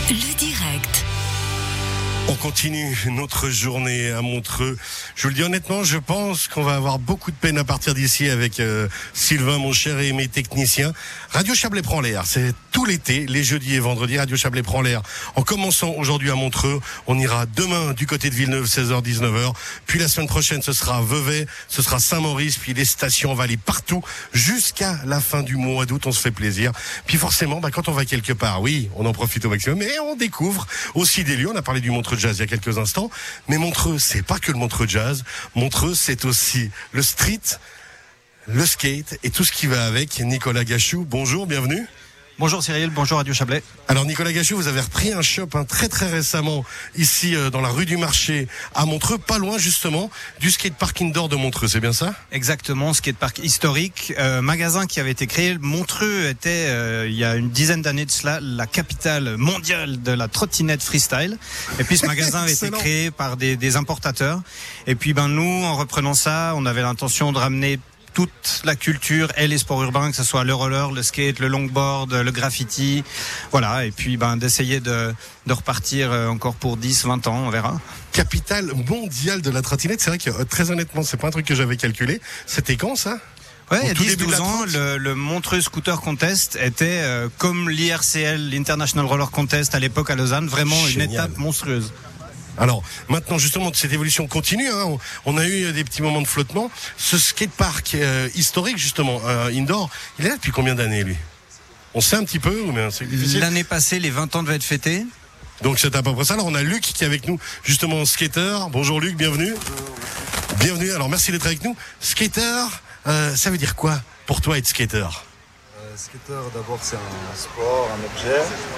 Le direct. On continue notre journée à Montreux. Je vous le dis honnêtement, je pense qu'on va avoir beaucoup de peine à partir d'ici avec Sylvain, mon cher et aimé technicien. Radio Chablais prend l'air. C'est tout l'été, les jeudis et vendredis. Radio Chablais prend l'air. En commençant aujourd'hui à Montreux, on ira demain du côté de Villeneuve, 16h, 19h. Puis la semaine prochaine, ce sera Vevey, ce sera Saint-Maurice. Puis les stations, on va aller partout jusqu'à la fin du mois d'août. On se fait plaisir. Puis forcément, quand on va quelque part, oui, on en profite au maximum. Mais on découvre aussi des lieux. On a parlé du Montreux Jazz il y a quelques instants, mais Montreux, c'est pas que le Montreux Jazz. Montreux, c'est aussi le street, le skate et tout ce qui va avec. Nicolas Gachou, bonjour, bienvenue. Bonjour Cyril, bonjour Radio Chablais. Alors Nicolas Gachou, vous avez repris un shop très très récemment ici dans la rue du Marché à Montreux, pas loin justement du skatepark indoor de Montreux, c'est bien ça? Exactement, skatepark historique, magasin qui avait été créé. Montreux était il y a une dizaine d'années de cela la capitale mondiale de la trottinette freestyle. Et puis ce magasin avait été créé par des importateurs. Et puis nous, en reprenant ça, on avait l'intention de ramener toute la culture et les sports urbains, que ce soit le roller, le skate, le longboard, le graffiti, voilà, et puis d'essayer de repartir encore pour 10, 20 ans, on verra. Capitale mondiale de la trottinette, c'est vrai que très honnêtement, c'est pas un truc que j'avais calculé. C'était quand ça? Ouais, il y a 10-12 ans, le Montreux Scooter Contest était comme l'IRCL, l'International Roller Contest à l'époque à Lausanne, vraiment Génial. Une étape monstrueuse. Alors maintenant justement cette évolution continue, on a eu des petits moments de flottement. Ce skatepark historique justement indoor, il est là depuis combien d'années lui? On sait un petit peu ou bien c'est difficile? L'année passée, les 20 ans devaient être fêtés. Donc c'est à peu près ça. Alors on a Luc qui est avec nous justement, skater. Bonjour Luc, bienvenue. Bonjour. Bienvenue. Alors merci d'être avec nous. Skater, ça veut dire quoi pour toi être skater? Skater, d'abord, c'est un sport, un objet.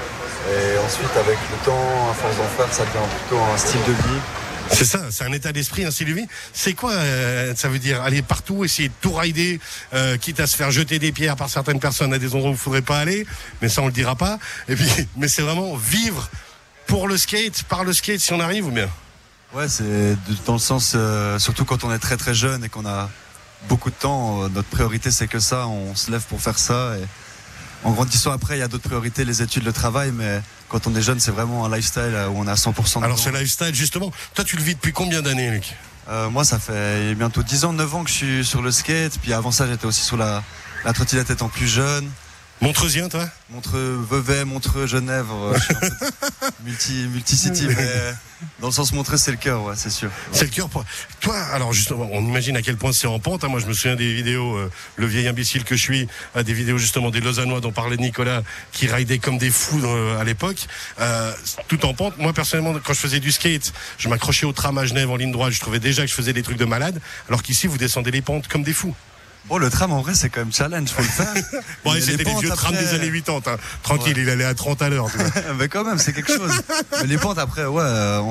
Et ensuite, avec le temps, à force d'en faire, ça devient plutôt un style de vie. C'est ça, c'est un état d'esprit, un style de vie. C'est quoi, ça veut dire aller partout, essayer de tout rider, quitte à se faire jeter des pierres par certaines personnes à des endroits où il ne faudrait pas aller, mais ça on le dira pas. Et puis, mais c'est vraiment vivre pour le skate, par le skate si on arrive ou bien? Ouais, c'est dans le sens, surtout quand on est très très jeune et qu'on a beaucoup de temps, notre priorité c'est que ça, on se lève pour faire ça et en grandissant après il y a d'autres priorités, les études, le travail, mais quand on est jeune c'est vraiment un lifestyle où on est à 100%. Alors c'est lifestyle justement, toi tu le vis depuis combien d'années Luc? Moi ça fait bientôt 10 ans, 9 ans que je suis sur le skate, puis avant ça j'étais aussi sur la trottinette étant plus jeune. Montreusien toi? Montreux, Vevey, Montreux, Genève, je suis en fait multi-city, mais dans le sens Montreux c'est le cœur, ouais, c'est sûr. C'est le cœur pour toi. Alors justement, on imagine à quel point c'est en pente. Moi je me souviens des vidéos, le vieil imbécile que je suis, des vidéos justement des Lausannois dont parlait Nicolas, qui ridaient comme des fous à l'époque, tout en pente. Moi personnellement, quand je faisais du skate, je m'accrochais au tram à Genève en ligne droite, je trouvais déjà que je faisais des trucs de malade, alors qu'ici vous descendez les pentes comme des fous. Bon, le tram, en vrai, c'est quand même challenge, faut le faire. Bon, c'était des vieux trams des années 80, Tranquille, ouais. Il allait à 30 à l'heure, tu vois. Mais quand même, c'est quelque chose. Mais les pentes, après, ouais,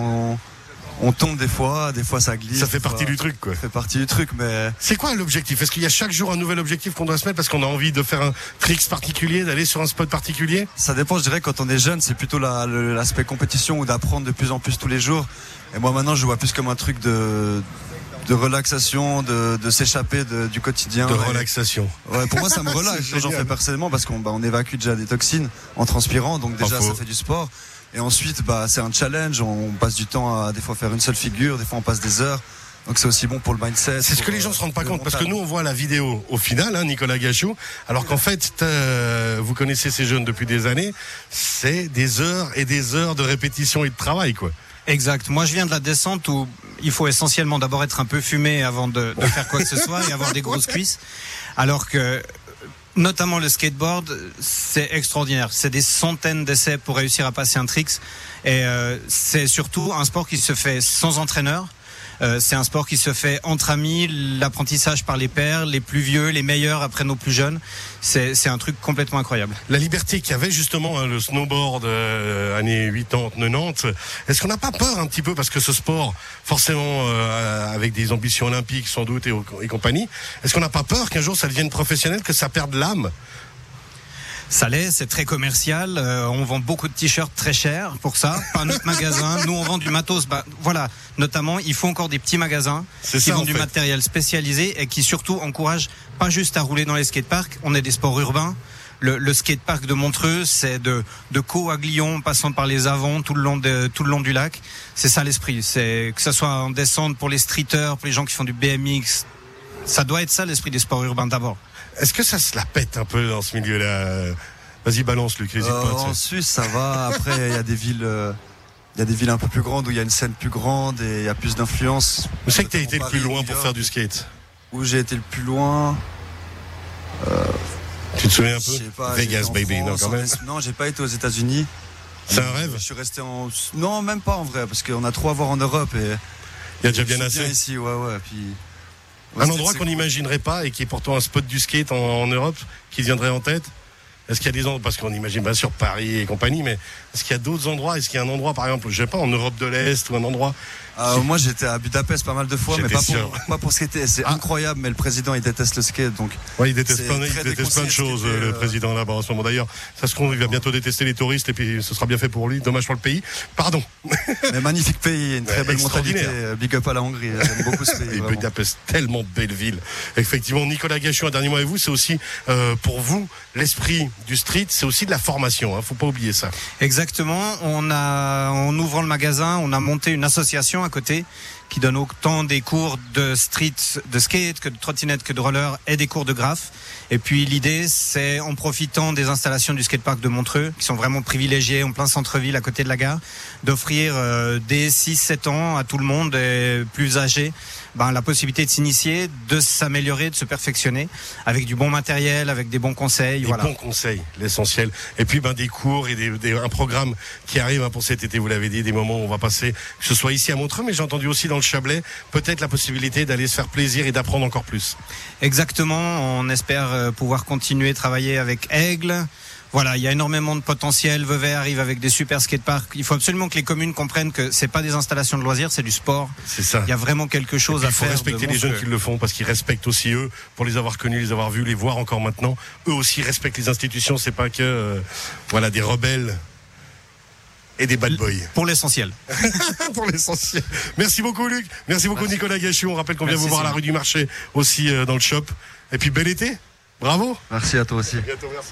on tombe des fois ça glisse. Ça fait partie du truc, quoi. Ça fait partie du truc, mais... C'est quoi l'objectif? Est-ce qu'il y a chaque jour un nouvel objectif qu'on doit se mettre parce qu'on a envie de faire un tricks particulier, d'aller sur un spot particulier? Ça dépend, je dirais, quand on est jeune, c'est plutôt l'aspect compétition ou d'apprendre de plus en plus tous les jours. Et moi, maintenant, je vois plus comme un truc de relaxation, de s'échapper du quotidien. De relaxation. Ouais, pour moi, ça me relaxe. J'en fais personnellement parce qu'on évacue déjà des toxines en transpirant, donc déjà, ça fait du sport. Et ensuite, c'est un challenge. On passe du temps à des fois faire une seule figure, des fois on passe des heures. Donc c'est aussi bon pour le mindset. C'est ce que les gens se rendent pas compte, parce que nous on voit la vidéo au final, Nicolas Gachou, alors qu'en fait, vous connaissez ces jeunes depuis des années, c'est des heures et des heures de répétition et de travail, quoi. Exact. Moi, je viens de la descente où il faut essentiellement d'abord être un peu fumé avant de faire quoi que ce soit et avoir des grosses cuisses. Alors que, notamment le skateboard, c'est extraordinaire. C'est des centaines d'essais pour réussir à passer un tricks. Et c'est surtout un sport qui se fait sans entraîneur. C'est un sport qui se fait entre amis, l'apprentissage par les pairs, les plus vieux, les meilleurs après nos plus jeunes. C'est un truc complètement incroyable. La liberté qu'il y avait justement, le snowboard années 80, 90, est-ce qu'on n'a pas peur un petit peu, parce que ce sport, forcément avec des ambitions olympiques sans doute et compagnie, est-ce qu'on n'a pas peur qu'un jour ça devienne professionnel, que ça perde l'âme? Ça l'est, c'est très commercial. On vend beaucoup de t-shirts très chers pour ça. Pas notre magasin. Nous, on vend du matos. Voilà. Notamment, il faut encore des petits magasins qui vendent du matériel spécialisé et qui surtout encouragent pas juste à rouler dans les skateparks. On est des sports urbains. le skatepark de Montreux, c'est de Caux à Glion, passant par les Avants, tout le long du lac. C'est ça l'esprit. C'est que ça soit en descente pour les streeters, pour les gens qui font du BMX. Ça doit être ça l'esprit des sports urbains d'abord. Est-ce que ça se la pète un peu dans ce milieu-là? Vas-y, balance, Luc. En Suisse, ça va. Après, il y a des villes un peu plus grandes où il y a une scène plus grande et il y a plus d'influence. Où c'est que tu as été le plus loin pour faire du skate? Où j'ai été le plus loin Tu te souviens un peu? Pas, Vegas, baby, non, quand même. Non, j'ai pas été aux États-Unis. C'est un rêve? Je suis resté Non, même pas en vrai, parce qu'on a trop à voir en Europe. Et il y a déjà bien assez. Bien ici, ouais. Puis... un endroit qu'on n'imaginerait pas et qui est pourtant un spot du skate en Europe qui viendrait en tête? Est-ce qu'il y a des endroits, parce qu'on imagine bien sûr Paris et compagnie, mais est-ce qu'il y a d'autres endroits? Est-ce qu'il y a un endroit, par exemple, je sais pas, en Europe de l'Est ou un endroit? Moi, j'étais à Budapest pas mal de fois, mais pas pour skater. C'est incroyable, mais le président, il déteste le skate, donc. Ouais, il déteste plein de choses, le président là-bas en ce moment. D'ailleurs, ça se trouve, il va bientôt détester les touristes et puis ce sera bien fait pour lui. Dommage pour le pays. Pardon. Mais magnifique pays, une très belle mentalité. Big up à la Hongrie. J'aime beaucoup ce pays. Budapest, tellement belle ville. Effectivement, Nicolas Gachon, un dernier mot avec vous, c'est aussi pour vous l'esprit du street, c'est aussi de la formation. Faut pas oublier ça. Exactement. En ouvrant le magasin, on a monté une association à côté qui donne autant des cours de street, de skate, que de trottinette, que de roller et des cours de graphe. Et puis l'idée, c'est en profitant des installations du skatepark de Montreux, qui sont vraiment privilégiées en plein centre-ville à côté de la gare, d'offrir dès 6-7 ans à tout le monde et plus âgé la possibilité de s'initier, de s'améliorer, de se perfectionner avec du bon matériel, avec des bons conseils. Des bons conseils, l'essentiel. Et puis des cours et un programme qui arrive pour cet été, vous l'avez dit, des moments où on va passer, que ce soit ici à Montreux, mais j'ai entendu aussi dans le Chablais, peut-être la possibilité d'aller se faire plaisir et d'apprendre encore plus. Exactement, on espère pouvoir continuer à travailler avec Aigle. Voilà, il y a énormément de potentiel. Vevey arrive avec des super skateparks. Il faut absolument que les communes comprennent que c'est pas des installations de loisirs, c'est du sport. C'est ça. Il y a vraiment quelque chose à faire. Il faut respecter les jeunes qui le font parce qu'ils respectent aussi eux, pour les avoir connus, les avoir vus, les voir encore maintenant. Eux aussi respectent les institutions. C'est pas que des rebelles et des bad boys. Pour l'essentiel. Pour l'essentiel. Merci beaucoup, Luc. Merci beaucoup, Nicolas Gachou. On rappelle qu'on vient vous voir à la rue du Marché aussi dans le shop. Et puis bel été. Bravo. Merci à toi aussi. À bientôt, merci.